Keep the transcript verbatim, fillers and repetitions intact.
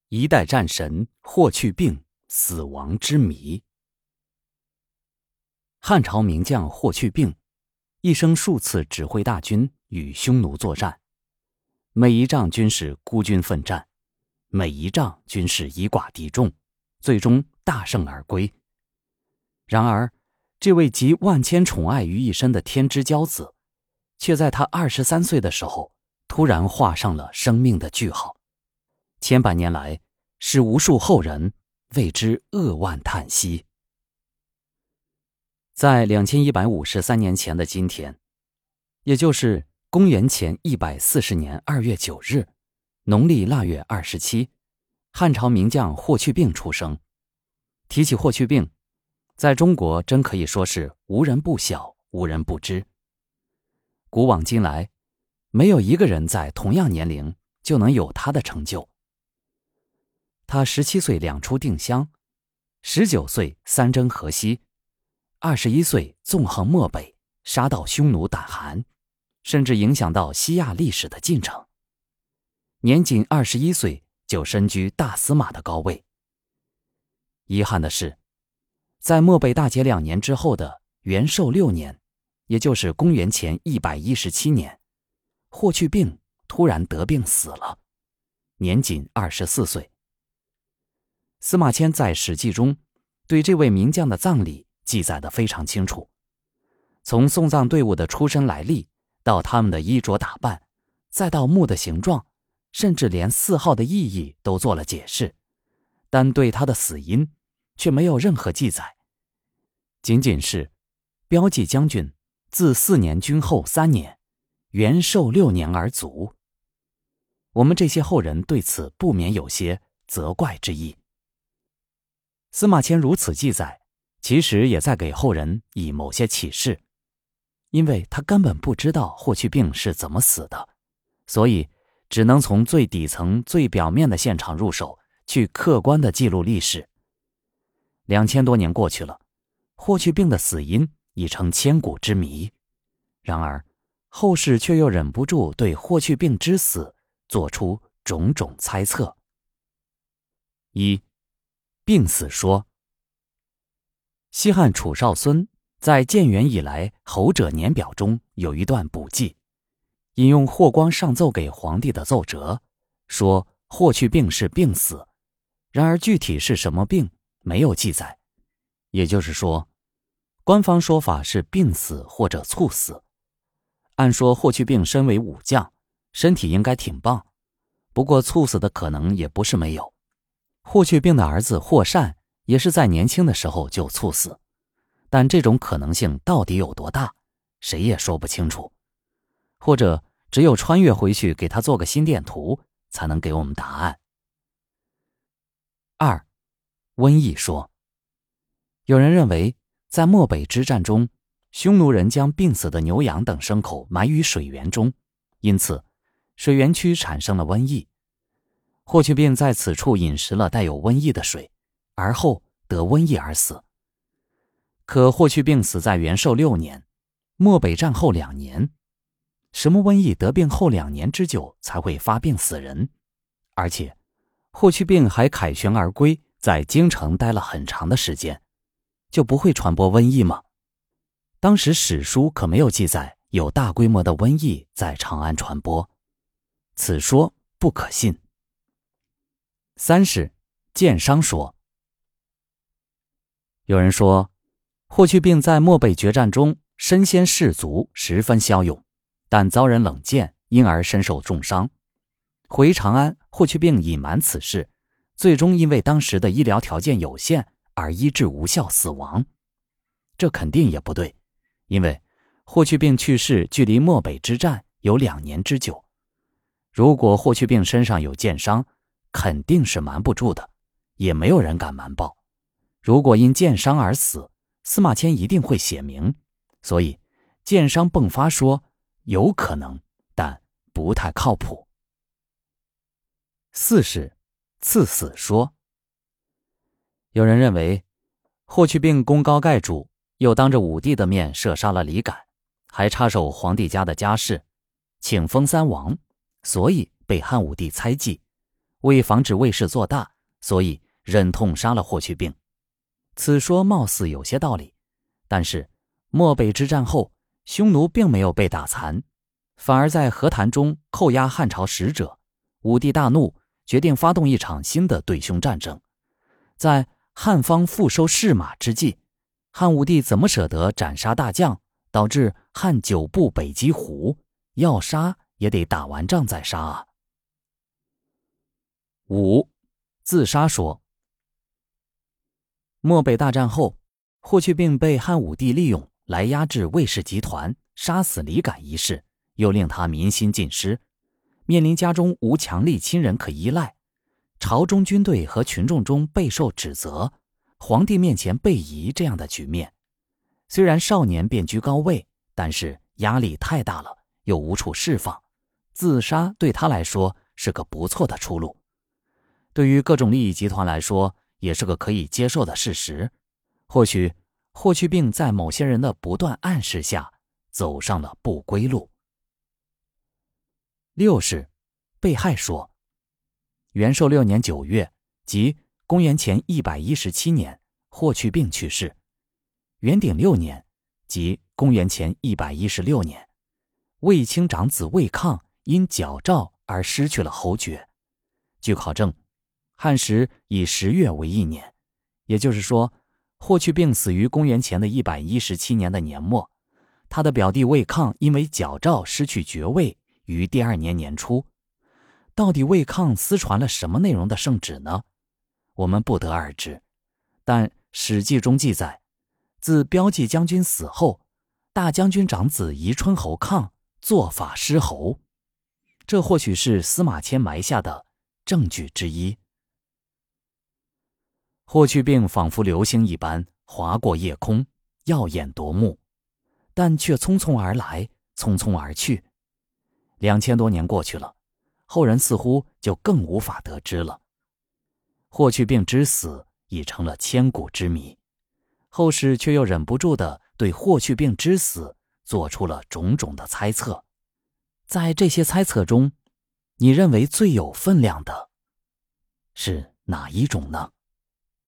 一代战神霍去病死亡之谜。汉朝名将霍去病，一生数次指挥大军与匈奴作战，每一仗均是孤军奋战，每一仗均是以寡敌众，最终大胜而归。然而，这位集万千宠爱于一身的天之骄子，却在他二十三岁的时候，突然画上了生命的句号。千百年来，使无数后人为之扼腕叹息。在两千一百五十三年前的今天，也就是公元前一百四十年二月九日，农历腊月二十七，汉朝名将霍去病出生。提起霍去病，在中国真可以说是无人不晓，无人不知。古往今来，没有一个人在同样年龄就能有他的成就。他十七岁两出定襄，十九岁三征河西，二十一岁纵横漠北，杀到匈奴胆寒，甚至影响到西亚历史的进程。年仅二十一岁就身居大司马的高位。遗憾的是，在漠北大捷两年之后的元寿六年，也就是公元前一百一十七年，霍去病突然得病死了，年仅二十四岁。司马迁在《史记》中对这位名将的葬礼记载得非常清楚，从送葬队伍的出身来历，到他们的衣着打扮，再到墓的形状，甚至连谥号的意义都做了解释，但对他的死因却没有任何记载，仅仅是标记将军自四年君后三年，元寿六年而卒。我们这些后人对此不免有些责怪之意。司马迁如此记载，其实也在给后人以某些启示，因为他根本不知道霍去病是怎么死的，所以只能从最底层最表面的现场入手，去客观地记录历史。两千多年过去了，霍去病的死因已成千古之谜，然而后世却又忍不住对霍去病之死做出种种猜测。一、病死说。西汉楚少孙在建元以来侯者年表中有一段补记，引用霍光上奏给皇帝的奏折，说霍去病是病死，然而具体是什么病没有记载，也就是说，官方说法是病死或者猝死。按说霍去病身为武将，身体应该挺棒，不过猝死的可能也不是没有。霍去病的儿子霍善也是在年轻的时候就猝死，但这种可能性到底有多大，谁也说不清楚。或者只有穿越回去给他做个心电图，才能给我们答案。二、瘟疫说。有人认为，在漠北之战中，匈奴人将病死的牛羊等牲口埋于水源中，因此水源区产生了瘟疫。霍去病在此处饮食了带有瘟疫的水，而后得瘟疫而死。可霍去病死在元寿六年，漠北战后两年，什么瘟疫得病后两年之久才会发病死人？而且霍去病还凯旋而归，在京城待了很长的时间，就不会传播瘟疫吗？当时史书可没有记载有大规模的瘟疫在长安传播，此说不可信。三是箭伤说。有人说，霍去病在漠北决战中身先士卒，十分骁勇，但遭人冷箭，因而身受重伤。回长安，霍去病隐瞒此事，最终因为当时的医疗条件有限而医治无效死亡。这肯定也不对，因为霍去病去世距离漠北之战有两年之久。如果霍去病身上有箭伤，肯定是瞒不住的，也没有人敢瞒报。如果因箭伤而死，司马迁一定会写明，所以箭伤迸发说有可能，但不太靠谱。四是赐死说。有人认为，霍去病功高盖主，又当着武帝的面射杀了李敢，还插手皇帝家的家事，请封三王，所以被汉武帝猜忌， 为防止卫士做大，所以忍痛杀了霍去病。此说貌似有些道理，但是漠北之战后，匈奴并没有被打残，反而在和谈中扣押汉朝使者。武帝大怒，决定发动一场新的对匈战争。在汉方复收士马之际，汉武帝怎么舍得斩杀大将，导致汉九部北击胡，要杀也得打完仗再杀啊。五、自杀说。漠北大战后，霍去病被汉武帝利用来压制卫氏集团，杀死李敢一事，又令他民心尽失，面临家中无强力亲人可依赖，朝中军队和群众中备受指责，皇帝面前被夷这样的局面。虽然少年便居高位，但是压力太大了，又无处释放，自杀对他来说是个不错的出路。对于各种利益集团来说，也是个可以接受的事实。或许霍去病在某些人的不断暗示下，走上了不归路。六是被害说。元寿六年九月，即公元前一百一十七年，霍去病去世。元鼎六年，即公元前一百一十六年，卫青长子卫抗因矫诏而失去了侯爵。据考证，汉时以十月为一年，也就是说，霍去病死于公元前的一百一十七年的年末，他的表弟卫抗因为矫诏失去爵位于第二年年初。到底卫抗私传了什么内容的圣旨呢？我们不得而知，但《史记》中记载，自骠骑将军死后，大将军长子宜春侯抗做法失侯，这或许是司马迁埋下的证据之一。霍去病仿佛流星一般划过夜空，耀眼夺目，但却匆匆而来，匆匆而去。两千多年过去了，后人似乎就更无法得知了。霍去病之死已成了千古之谜，后世却又忍不住地对霍去病之死做出了种种的猜测。在这些猜测中，你认为最有分量的是哪一种呢？